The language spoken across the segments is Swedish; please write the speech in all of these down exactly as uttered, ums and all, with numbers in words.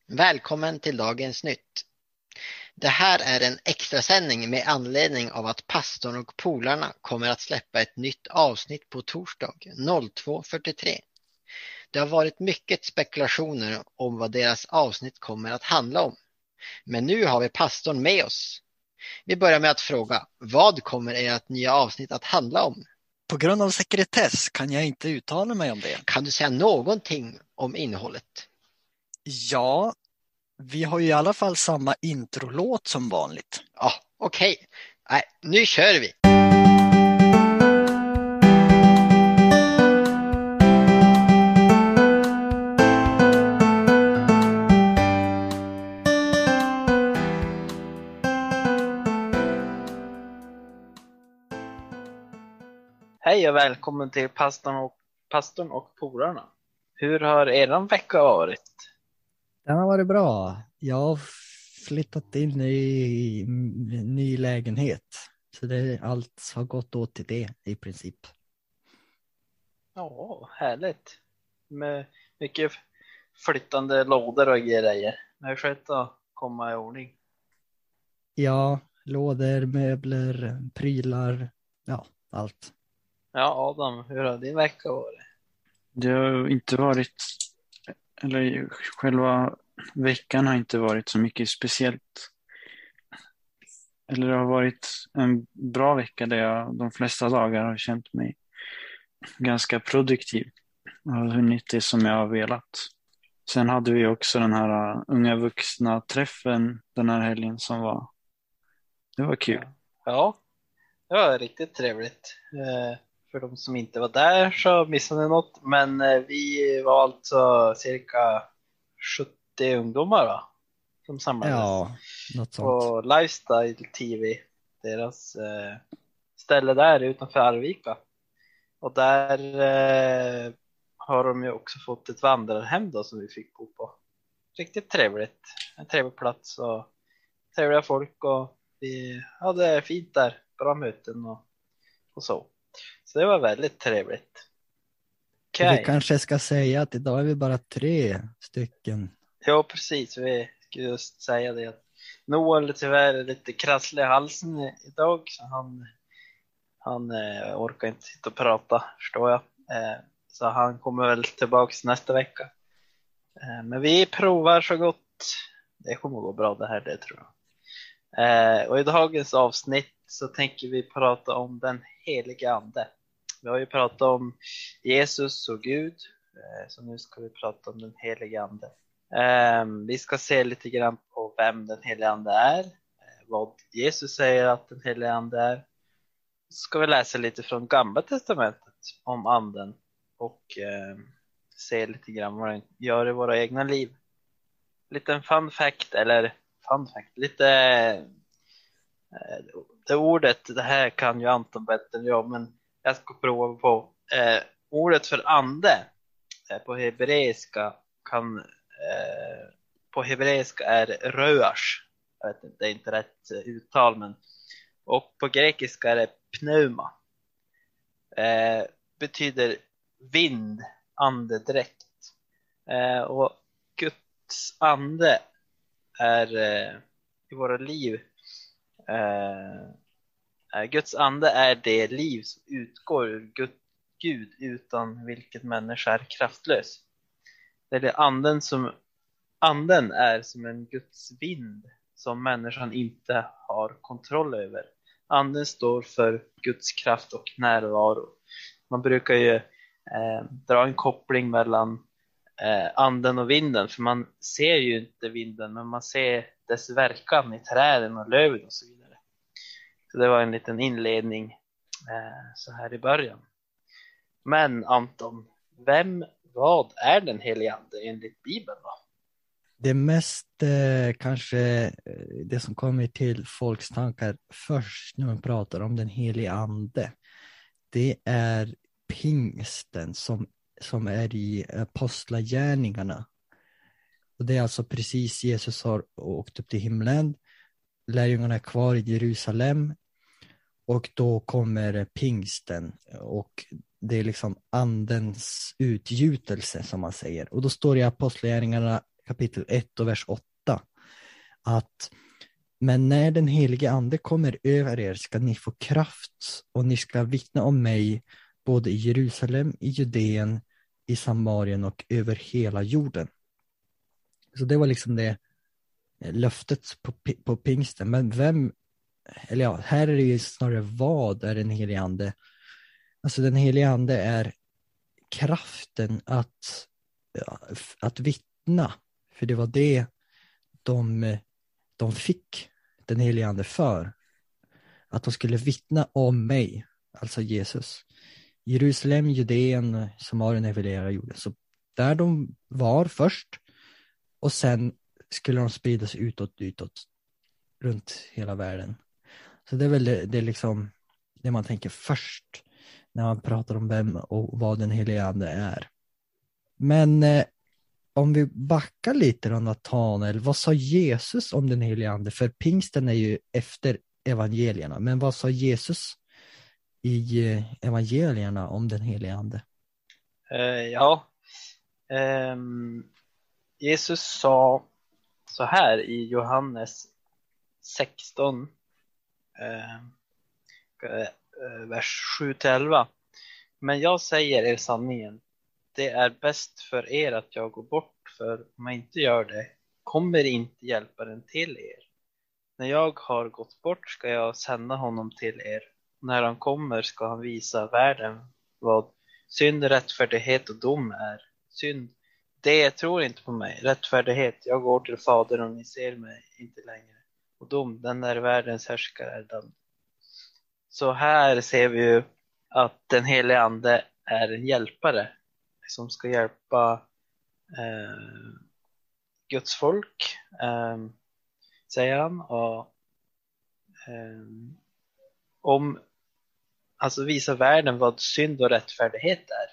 Välkommen till dagens nytt. Det här är en extra sändning med anledning av att pastorn och polarna kommer att släppa ett nytt avsnitt på torsdag två fyrtiotre. Det har varit mycket spekulationer om vad deras avsnitt kommer att handla om. Men nu har vi pastorn med oss. Vi börjar med att fråga, vad kommer ert nya avsnitt att handla om? På grund av sekretess kan jag inte uttala mig om det. Kan du säga någonting om innehållet? Ja, vi har ju i alla fall samma introlåt som vanligt. Ja, okej. Okay. Nej, nu kör vi. Hej och välkommen till pastorn och, pastorn och polarna. Hur har eran vecka varit? Den har varit bra. Jag har flyttat in i ny lägenhet. Så det, allt har gått åt till det i princip. Ja, härligt. Med mycket flyttande lådor och grejer. Det är skönt att komma i ordning. Ja, lådor, möbler, prylar, ja, allt. Ja, Adam, hur har din vecka varit? Det har inte varit, eller själva veckan har inte varit så mycket speciellt. Eller det har varit en bra vecka där jag de flesta dagar har känt mig ganska produktiv. Och har hunnit det som jag har velat. Sen hade vi också den här uh, unga vuxna träffen den här helgen som var, det var kul. Ja, det var riktigt trevligt. Eh, för de som inte var där så missade ni något. Men eh, vi var alltså cirka sjuttio ungdomar, va? Som samlades. Ja, något sånt. På Lifestyle T V, deras eh, ställe där utanför Arvika. Och där eh, har de ju också fått ett vandrarhem då som vi fick bo på. Riktigt trevligt. En trevlig plats och trevliga folk och vi hade fint där. Bra möten och, och så. Så det var väldigt trevligt. Okay. Vi kanske ska säga att idag är vi bara tre stycken. Ja, precis. Vi skulle just säga det. Noel tyvärr är lite krasslig i halsen idag. Så han, han eh, orkar inte sitta och prata, förstår jag. Eh, så han kommer väl tillbaka nästa vecka. Eh, men vi provar så gott. Det kommer att gå bra det här, det tror jag. Eh, och i dagens avsnitt så tänker vi prata om den heliga ande. Vi har ju pratat om Jesus och Gud. Eh, så nu ska vi prata om den heliga ande. Eh, vi ska se lite grann på vem den heliga ande är. Eh, vad Jesus säger att den heliga ande är. Så ska vi läsa lite från Gamla testamentet om anden. Och eh, se lite grann vad den gör i våra egna liv. Lite fun fact, eller fun fact, lite eh, det ordet, det här kan ju Anton bättre än jag, men jag ska prova på eh, ordet för ande eh, på hebreiska kan eh, på hebreiska är röars. Jag vet inte, det är inte rätt uttal, men och på grekiska är det pneuma. Eh, betyder vind, andedräkt. Eh, och Guds ande är eh, i våra liv. Eh, Guds ande är det liv som utgår ur Gud, utan vilket människa är kraftlös. Det är det anden som anden är som en Guds vind som människan inte har kontroll över. Anden står för Guds kraft och närvaro. Man brukar ju eh, dra en koppling mellan eh, anden och vinden, för man ser ju inte vinden, men man ser dess verkan i träden och löven och så vidare. Så det var en liten inledning eh, så här i början. Men Anton, vem, vad är den heliga ande enligt Bibeln då? Det mest eh, kanske det som kommer till folks tankar först när man pratar om den heliga ande, det är pingsten som, som är i apostlagärningarna. Och det är alltså precis Jesus har åkt upp till himlen, lärjungarna är kvar i Jerusalem och då kommer pingsten och det är liksom andens utgjutelse som man säger. Och då står det i apostlagärningarna kapitel ett och vers åtta. Att men när den helige ande kommer över er ska ni få kraft och ni ska vittna om mig både i Jerusalem, i Judeen, i Samarien och över hela jorden. Så det var liksom det löftet på, på pingsten. Men vem, eller ja, här är det ju snarare vad är den helige ande? Alltså den helige ande är kraften att, att vittna. För det var det de, de fick den helige ande för. Att de skulle vittna om mig, alltså Jesus. Jerusalem, Judeen, Samarien över hela jorden. Så där de var först och sen skulle de spridas utåt, utåt runt hela världen. Så det är väl det, det är liksom det man tänker först när man pratar om vem och vad den helige ande är. Men eh, om vi backar lite då, Nathanael, vad sa Jesus om den helige ande? För pingsten är ju efter evangelierna, men vad sa Jesus i eh, evangelierna om den helige ande? Uh, ja, um, Jesus sa så här i Johannes sexton, uh, uh, vers sju till elva. Men jag säger er sanningen. Det är bäst för er att jag går bort, för om jag inte gör det kommer inte hjälparen till er. När jag har gått bort ska jag sända honom till er. När han kommer ska han visa världen vad synd, rättfärdighet och dom är. Synd, det tror inte på mig. Rättfärdighet, jag går till Fadern och ni ser mig inte längre. Och dom, den är världens härskare är dömd. Så här ser vi ju att den helige ande är en hjälpare som ska hjälpa eh, Guds folk, eh, säger han. Och eh, om alltså visa världen vad synd och rättfärdighet är.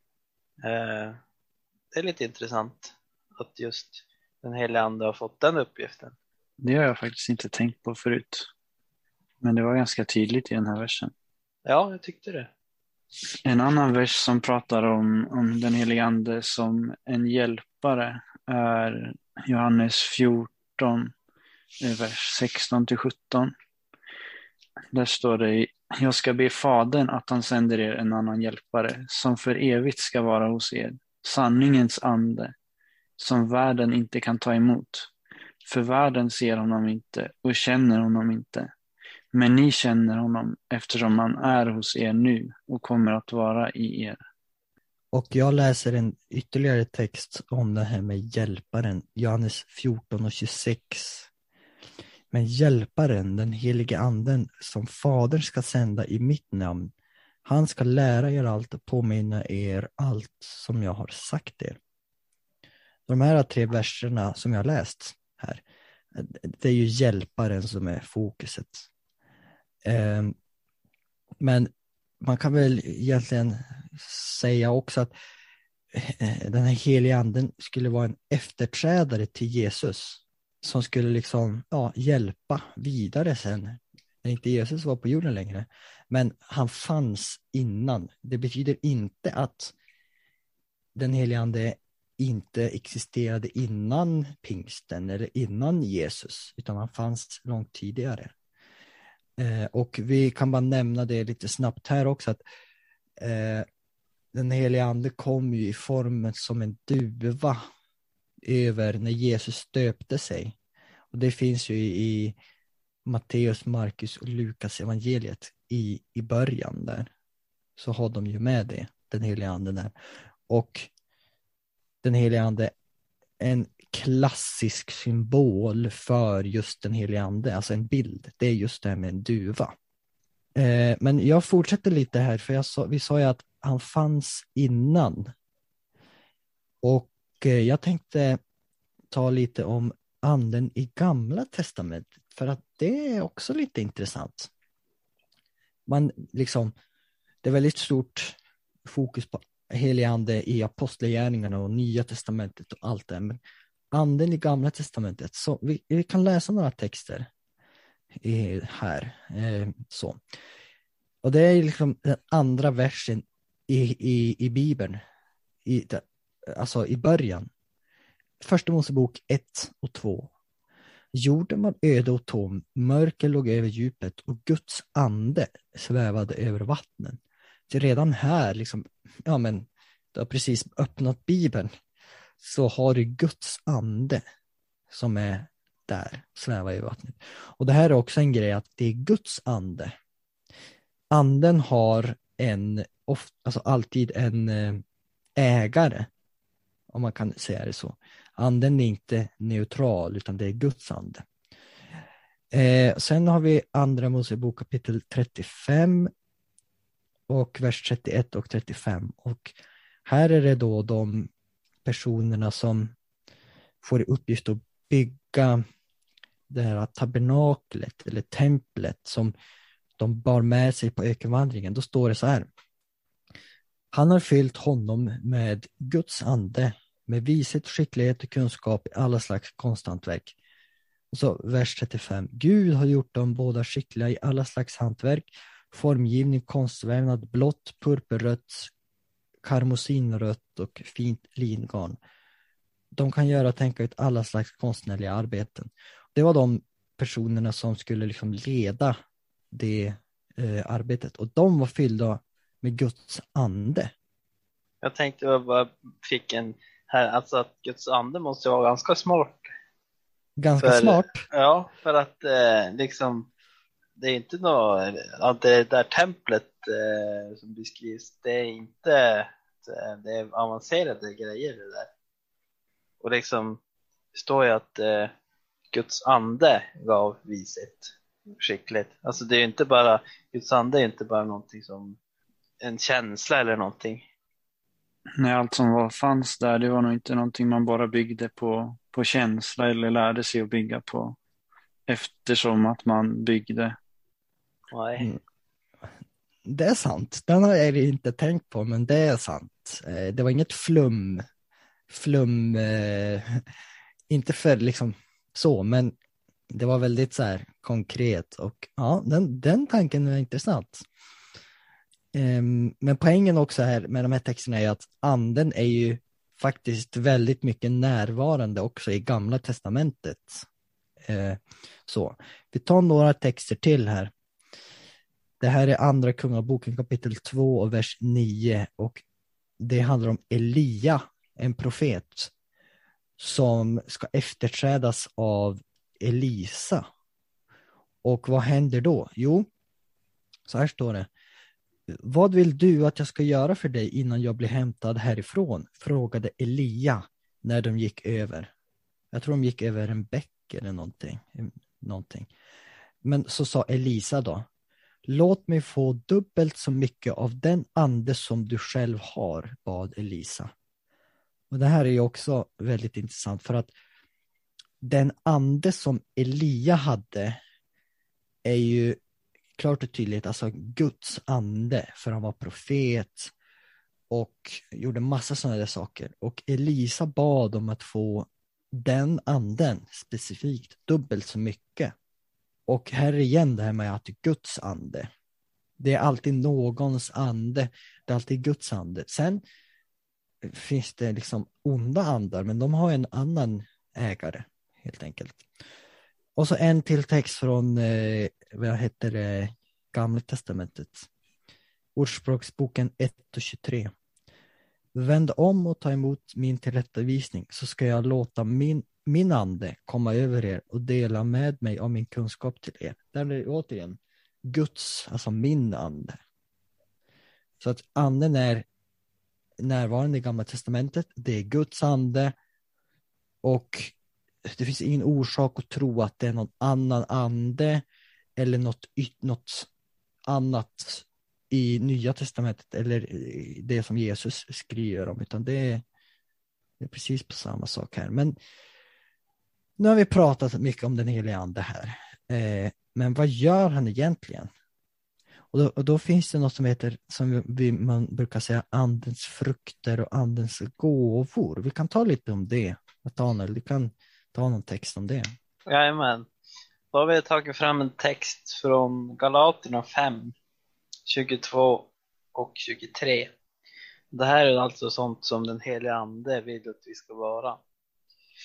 Eh, det är lite intressant att just den helige ande har fått den uppgiften. Det har jag faktiskt inte tänkt på förut. Men det var ganska tydligt i den här versen. Ja, jag tyckte det. En annan vers som pratar om, om den helige ande som en hjälpare är Johannes fjorton, vers sexton till sjutton. Där står det: jag ska be Fadern att han sänder er en annan hjälpare som för evigt ska vara hos er, sanningens ande, som världen inte kan ta emot. För världen ser honom inte och känner honom inte. Men ni känner honom eftersom han är hos er nu och kommer att vara i er. Och jag läser en ytterligare text om det här med hjälparen. Johannes fjorton och tjugosex. Men hjälparen, den helige anden, som Fadern ska sända i mitt namn, han ska lära er allt och påminna er allt som jag har sagt er. De här tre verserna som jag har läst här, det är ju hjälparen som är fokuset. Men man kan väl egentligen säga också att den här heliga anden skulle vara en efterträdare till Jesus som skulle liksom ja, hjälpa vidare sen när inte Jesus var på jorden längre. Men han fanns innan. Det betyder inte att den heliga ande inte existerade innan pingsten eller innan Jesus, utan han fanns långt tidigare. Eh, och vi kan bara nämna det lite snabbt här också, att eh, den heliga ande kom ju i formen som en duva över när Jesus döpte sig. Och det finns ju i, i Matteus, Markus och Lukas evangeliet i, i början där. Så har de ju med det, den heliga ande där. Och den heliga ande är en klassisk symbol för just den heliga ande, alltså en bild. Det är just det här med en duva. Eh, men jag fortsätter lite här, för jag sa, vi sa ju att han fanns innan. Och eh, jag tänkte ta lite om anden i Gamla testamentet, för att det är också lite intressant. Man liksom, det är väldigt stort fokus på helig ande i apostlagärningarna och Nya testamentet och allt det. Men anden i Gamla testamentet, så vi, vi kan läsa några texter i, här. Eh, så. Och det är liksom den andra versen i, i, i Bibeln. I, alltså i början. Första Mosebok ett och två. Jorden var öde och tom, mörker låg över djupet och Guds ande svävade över vattnen. Så redan här, liksom, ja men, du har precis öppnat Bibeln, så har du Guds ande som är där, svävar över vattnet. Och det här är också en grej att det är Guds ande. Anden har en, ofta, alltså alltid en ägare, om man kan säga det så. Anden är inte neutral utan det är Guds ande. Eh, sen har vi andra Mosebok kapitel trettiofem och vers trettioett och trettiofem. Och här är det då de personerna som får i uppgift att bygga det här tabernaklet eller templet som de bar med sig på ökenvandringen. Då står det så här: han har fyllt honom med Guds ande, med vishet, skicklighet och kunskap i alla slags konsthantverk. Och så vers trettiofem. Gud har gjort dem båda skickliga i alla slags hantverk, formgivning, konstvävnad, blått, purpurrött, karmosinrött och fint lingarn. De kan göra och tänka ut alla slags konstnärliga arbeten. Det var de personerna som skulle liksom leda det eh, arbetet. Och de var fyllda med Guds ande. Jag tänkte jag bara fick en här, alltså att Guds ande måste vara ganska smart. Ganska för, smart. Ja, för att eh, liksom det är inte något, att det där templet eh, som beskrivs, det är inte, det är avancerade grejer det där. Och liksom det står ju att eh, Guds ande gav vishet, skickligt. Alltså det är inte bara, Guds ande är inte bara någonting som en känsla eller någonting. Nej, allt som var, fanns där, det var nog inte någonting man bara byggde på, på känsla eller lärde sig att bygga på eftersom att man byggde. Nej. Mm. Det är sant. Den har jag inte tänkt på, men det är sant. Det var inget flum. Flum, eh, inte för liksom så, men det var väldigt så här konkret och ja, den, den tanken är intressant. Um, men poängen också här med de här texterna är att anden är ju faktiskt väldigt mycket närvarande också i Gamla testamentet. Uh, så, vi tar några texter till här. Det här är andra Kungaboken kapitel två och vers nio och det handlar om Elia, en profet som ska efterträdas av Elisa. Och vad händer då? Jo, så här står det. Vad vill du att jag ska göra för dig innan jag blir hämtad härifrån? Frågade Elia när de gick över. Jag tror de gick över en bäck eller någonting. någonting. Men så sa Elisa då. Låt mig få dubbelt så mycket av den ande som du själv har, bad Elisa. Och det här är ju också väldigt intressant för att den ande som Elia hade är ju klart och tydligt alltså Guds ande, för han var profet och gjorde massa sådana där saker. Och Elisa bad om att få den anden specifikt dubbelt så mycket. Och här igen det här med att Guds ande. Det är alltid någons ande. Det är alltid Guds ande. Sen finns det liksom onda andar, men de har en annan ägare helt enkelt. Och så en till text från eh, vad heter det, Gamla testamentet. Ordspråksboken ett och tjugotre. Vänd om och ta emot min tillrättavisning, så ska jag låta min, min ande komma över er och dela med mig av min kunskap till er. Där är det återigen Guds, alltså min ande. Så att anden är närvarande i Gamla testamentet. Det är Guds ande och det finns ingen orsak att tro att det är någon annan ande eller något, något annat i Nya testamentet eller det som Jesus skriver om, utan det är, det är precis på samma sak här. Men nu har vi pratat mycket om den heliga ande här. Eh, men vad gör han egentligen? Och då, och då finns det något som heter, som vi, man brukar säga, andens frukter och andens gåvor. Vi kan ta lite om det. Nathanael, du kan ta någon text om det. Jajamän. Då har vi tagit fram en text från Galaterna fem, tjugotvå och tjugotre. Det här är alltså sånt som den heliga ande vill att vi ska vara.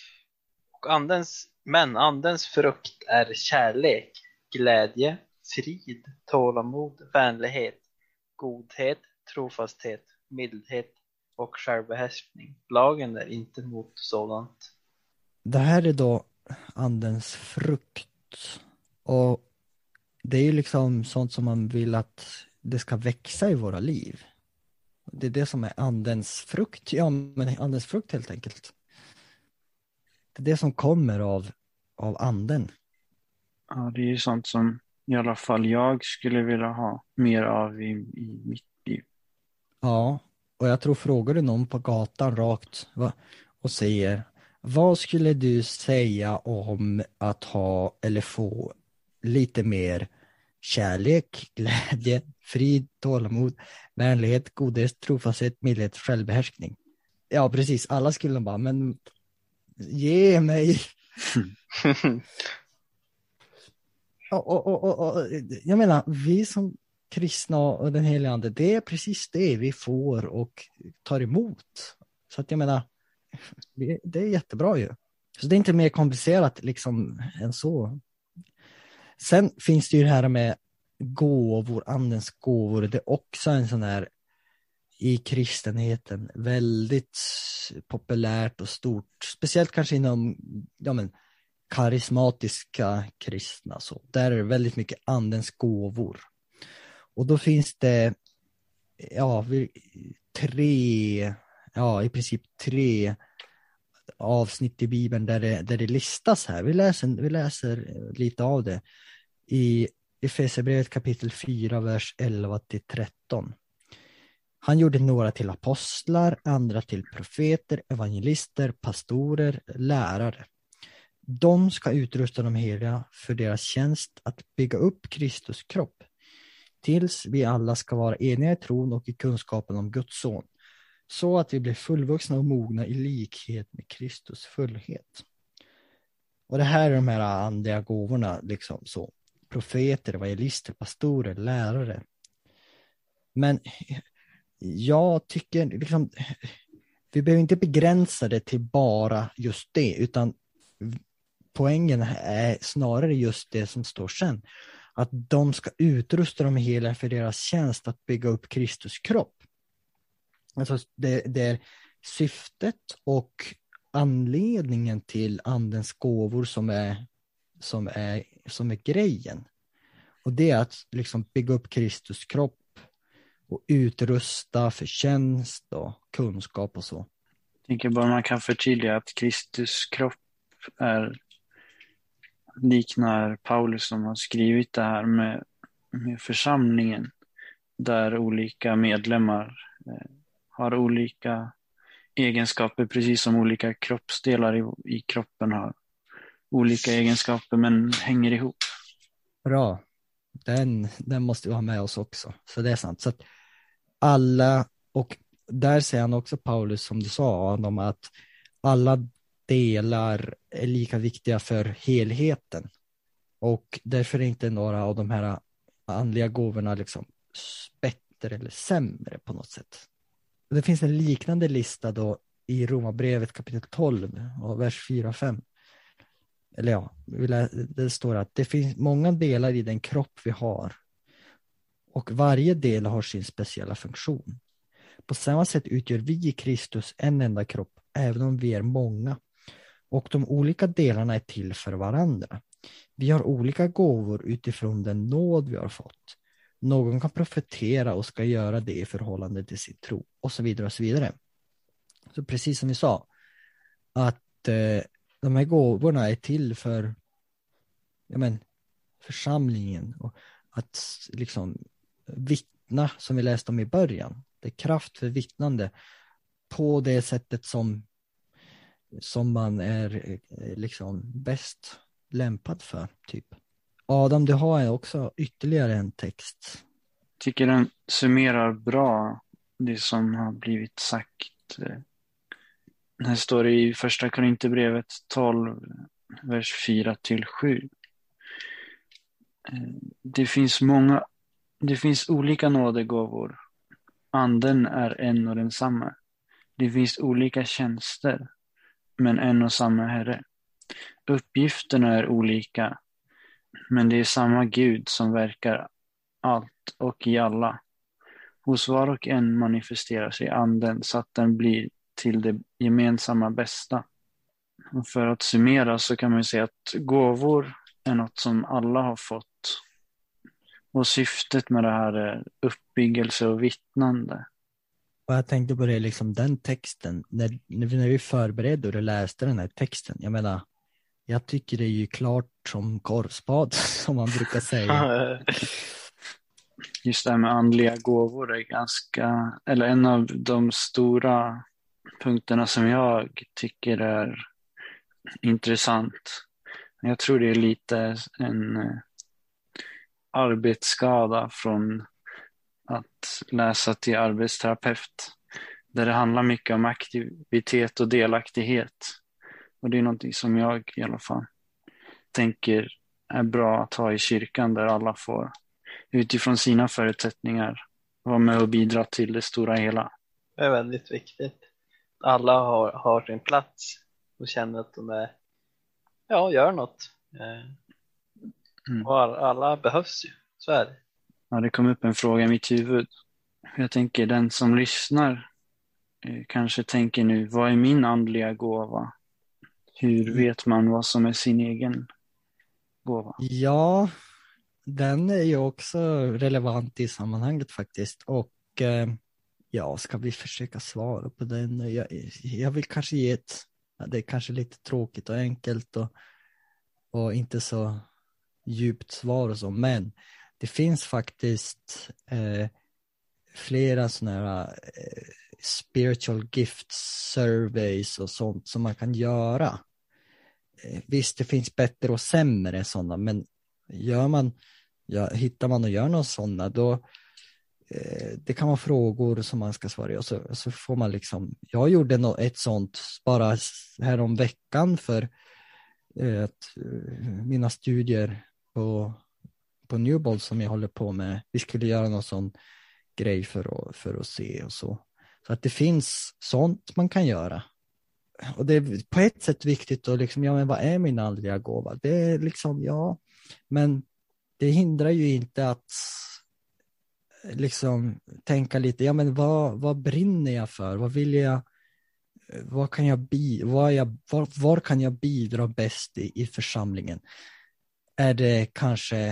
Och andens, men andens frukt är kärlek, glädje, frid, tålamod, vänlighet, godhet, trofasthet, mildhet och självbehärskning. Lagen är inte mot sådant. Det här är då andens frukt. Och det är ju liksom sånt som man vill att det ska växa i våra liv. Det är det som är andens frukt. Ja, men andens frukt helt enkelt. Det är det som kommer av, av anden. Ja, det är ju sånt som i alla fall jag skulle vilja ha mer av i, i mitt liv. Ja, och jag tror frågar du någon på gatan rakt va, och säger vad skulle du säga om att ha eller få lite mer kärlek, glädje, frid, tålamod, vänlighet, godhet, trofasthet, mildhet, självbehärskning. Ja, precis. Alla skulle bara, men ge mig. och, och, och, och, och, jag menar, vi som kristna och den heliga ande, det är precis det vi får och tar emot. Så att jag menar, det är jättebra ju. Så det är inte mer komplicerat liksom än så. Sen finns det ju det här med gåvor, andens gåvor. Det är också en sån här i kristenheten väldigt populärt och stort. Speciellt kanske inom ja men, karismatiska kristna. Så. Där är det väldigt mycket andens gåvor. Och då finns det ja, tre, ja i princip tre avsnitt i Bibeln där det, där det listas här. Vi läser, vi läser lite av det. I Efesierbrevet kapitel fyra, vers elva till tretton. Han gjorde några till apostlar, andra till profeter, evangelister, pastorer, lärare. De ska utrusta de heliga för deras tjänst att bygga upp Kristus kropp, tills vi alla ska vara eniga i tron och i kunskapen om Guds son, så att vi blir fullvuxna och mogna i likhet med Kristus fullhet. Och det här är de här andliga gåvorna, liksom så. Profeter, evangelister, pastorer, lärare. Men jag tycker liksom, vi behöver inte begränsa det till bara just det, utan poängen är snarare just det som står sen. Att de ska utrusta dem hela för deras tjänst att bygga upp Kristus kropp. Alltså det, det är syftet och anledningen till andens gåvor som är, som är, som är grejen. Och det är att liksom bygga upp Kristus kropp och utrusta för tjänst och kunskap och så. Jag tänker bara man kan förtydliga att Kristus kropp är liknar Paulus som har skrivit det här med, med församlingen, där olika medlemmar eh, har olika egenskaper, precis som olika kroppsdelar i, i kroppen har olika egenskaper men hänger ihop. Bra. Den, den måste vi ha med oss också. Så det är sant. Så att alla, och där säger han också Paulus som du sa om att alla delar är lika viktiga för helheten. Och därför är inte några av de här andliga gåvorna liksom bättre eller sämre på något sätt. Det finns en liknande lista då i Romarbrevet kapitel tolv och vers fyra och fem. Eller ja, det står att det finns många delar i den kropp vi har. Och varje del har sin speciella funktion. På samma sätt utgör vi i Kristus en enda kropp, även om vi är många. Och de olika delarna är till för varandra. Vi har olika gåvor utifrån den nåd vi har fått. Någon kan profetera och ska göra det i förhållande till sin tro. Och så vidare och så vidare. Så precis som vi sa. Att eh, de här gåvorna är till för ja men, församlingen. Och att liksom vittna som vi läste om i början. Det är kraft för vittnande. På det sättet som som man är liksom bäst lämpad för, typ. Adam, du har också ytterligare en text. Jag tycker den summerar bra det som har blivit sagt. Här står det i första Korinthierbrevet tolv, vers fyra till sju. Det finns många, det finns olika nådegåvor. Anden är en och densamma. Det finns olika tjänster, men en och samma Herre. uppgifterna är olika, men det är samma Gud som verkar allt och i alla. Hos var och en manifesterar sig anden så att den blir till det gemensamma bästa. Och för att summera så kan man säga att gåvor är något som alla har fått. Och syftet med det här är uppbyggelse och vittnande. Och jag tänkte på det, liksom den texten, när, när vi förberedde och läste den här texten, jag menar, jag tycker det är ju klart som korvspad, som man brukar säga. Just det här med andliga gåvor är ganska, eller en av de stora punkterna som jag tycker är intressant. Jag tror det är lite en arbetsskada från att läsa till arbetsterapeut, där det handlar mycket om aktivitet och delaktighet. Och det är någonting som jag i alla fall tänker är bra att ha i kyrkan, där alla får utifrån sina förutsättningar vara med och bidra till det stora hela. Det är väldigt viktigt. Alla har, har sin plats och känner att de är, ja, gör något. Mm. Och alla behövs ju, så är det. Ja, det kom upp en fråga i mitt huvud. Jag tänker, den som lyssnar eh, kanske tänker nu, vad är min andliga gåva? Hur vet man vad som är sin egen gåva? Ja, den är ju också relevant i sammanhanget faktiskt. Och eh, ja, ska vi försöka svara på den? Jag, jag vill kanske ge ett, det är kanske lite tråkigt och enkelt och, och inte så djupt svar och så, men det finns faktiskt eh, flera sådana här eh, spiritual gift surveys och sånt som man kan göra. Eh, visst, det finns bättre och sämre sådana, men gör man, ja, hittar man och gör någon sådana, då eh, det kan vara frågor som man ska svara i, och så, så får man liksom, jag gjorde no, ett sånt bara här om veckan för eh, att, eh, mina studier på på Newbold som jag håller på med. Vi skulle göra någon sån grej för att, för att se och så. Så att det finns sånt man kan göra. Och det är på ett sätt viktigt att liksom, ja men vad är min andliga gåva? Det är liksom, ja, men det hindrar ju inte att liksom tänka lite, ja men vad, vad brinner jag för? Vad vill jag, vad kan jag bi, vad jag, var, var kan jag bidra bäst i, i församlingen? Är det kanske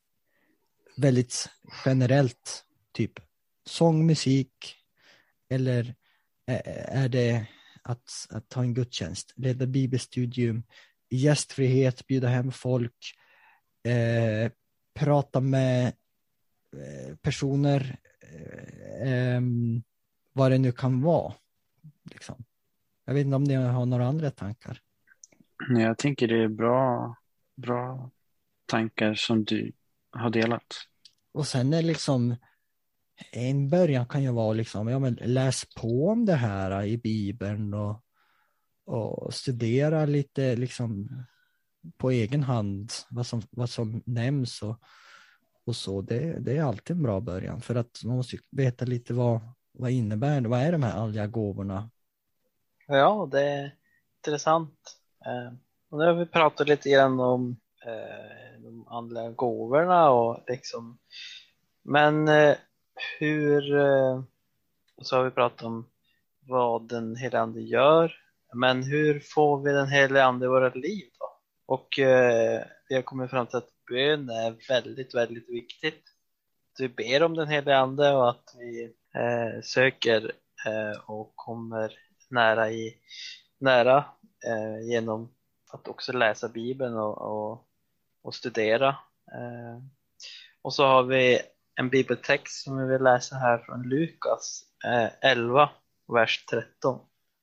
väldigt generellt, typ sång, musik, eller är det att, att ha en gudstjänst, leda bibelstudium, gästfrihet, bjuda hem folk, eh, prata med eh, personer, eh, vad det nu kan vara liksom. Jag vet inte om ni har några andra tankar. Jag tänker det är bra bra tankar som du har delat. Och sen är liksom en början kan ju vara liksom, ja men läs på om det här i Bibeln och, och studera lite liksom på egen hand vad som, vad som nämns och, och så. Det, det är alltid en bra början, för att man måste veta lite vad, vad innebär det, vad är de här andliga gåvorna? Ja, det är intressant. Eh, och nu har vi pratat lite grann om eh, de andliga gåvorna och liksom, men eh, hur eh, så har vi pratat om vad den helige ande gör, men hur får vi den helige ande i våra liv då? Och eh, vi har kommit fram till att bön är väldigt, väldigt viktigt. Att vi ber om den helige ande och att vi eh, söker eh, och kommer nära i nära eh, genom att också läsa Bibeln och, och, och studera. Eh, och så har vi en bibeltext som vi vill läsa här från Lukas eh, elva, vers tretton.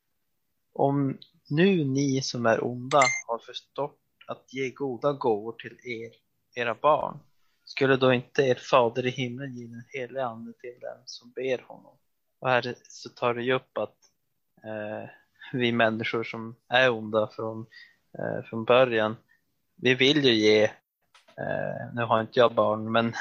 Om nu ni som är onda har förstått att ge goda gåvor till er, era barn, skulle då inte er fader i himlen ge den helige ande till dem som ber honom? Och här så tar det ju upp att eh, vi människor som är onda från, eh, från början, vi vill ju ge, eh, nu har inte jag barn, men,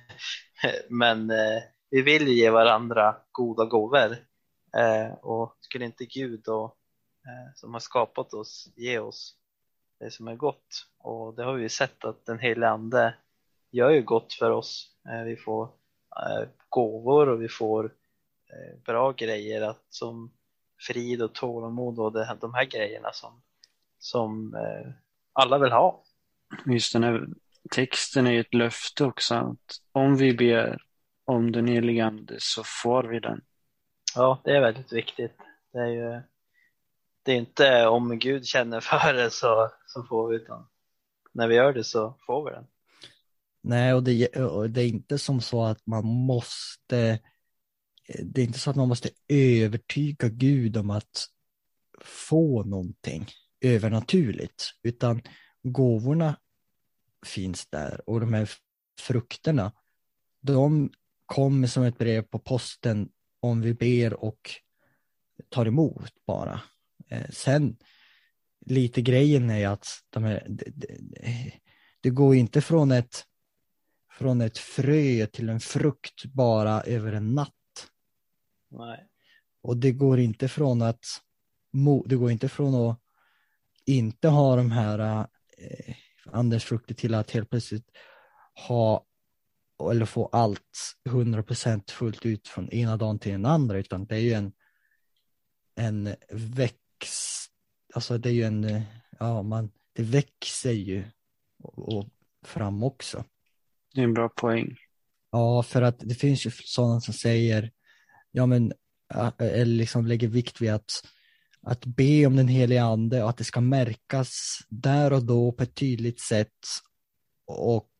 men eh, vi vill ju ge varandra goda gåvor. Eh, och skulle inte Gud då, eh, som har skapat oss, ge oss det som är gott. Och det har vi ju sett att den heliga ande gör ju gott för oss. Eh, vi får eh, gåvor och vi får eh, bra grejer att, som frid och tålamod och det, de här grejerna som, som eh, alla vill ha. Just den här texten är ju ett löfte också, att om vi ber om den helige ande så får vi den. Ja, det är väldigt viktigt. Det är ju det är inte om Gud känner för det så, så får vi, utan när vi gör det så får vi den. Nej, och det, och det är inte som så att man måste det är inte så att man måste övertyga Gud om att få någonting övernaturligt, utan gåvorna finns där och de här frukterna, de kommer som ett brev på posten om vi ber och tar emot bara. Eh, sen lite grejen är att de här, det, det, det går inte från ett från ett frö till en frukt bara över en natt. Nej. Och det går inte från att det går inte från att inte ha de här eh, andens frukter till att helt plötsligt ha eller få allt hundra procent fullt ut från ena dagen till den andra, utan det är ju en en växt, alltså det är ju en ja man det växer ju och, och fram också. Det är en bra poäng. Ja, för att det finns ju sådana som säger ja men eller liksom lägger vikt vid att att be om den heliga ande och att det ska märkas där och då på ett tydligt sätt, och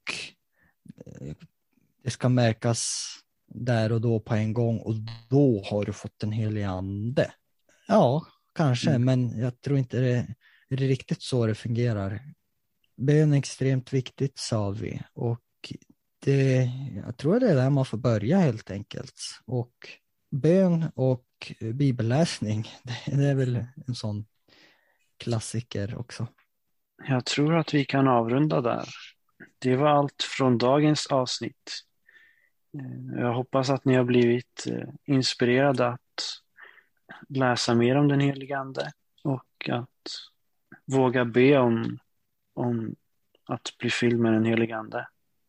det ska märkas där och då på en gång och då har du fått den heliga ande. Ja, kanske, mm. men jag tror inte det är det riktigt så det fungerar. Bön är extremt viktigt, sa vi, och det, jag tror det är där man får börja helt enkelt. Och bön och bibelläsning, det är väl en sån klassiker också. Jag tror att vi kan avrunda där. Det var allt från dagens avsnitt. Jag hoppas att ni har blivit inspirerade att läsa mer om den helige ande och att våga be om, om att bli fylld med den helige ande.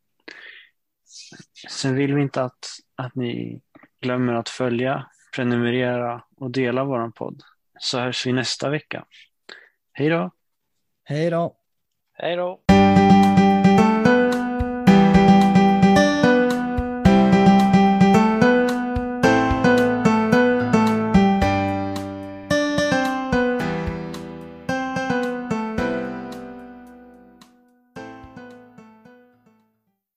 Sen vill vi inte att, att ni glömmer att följa, prenumerera och dela våran podd. Så hörs vi nästa vecka. Hej då! Hej då! Hej då!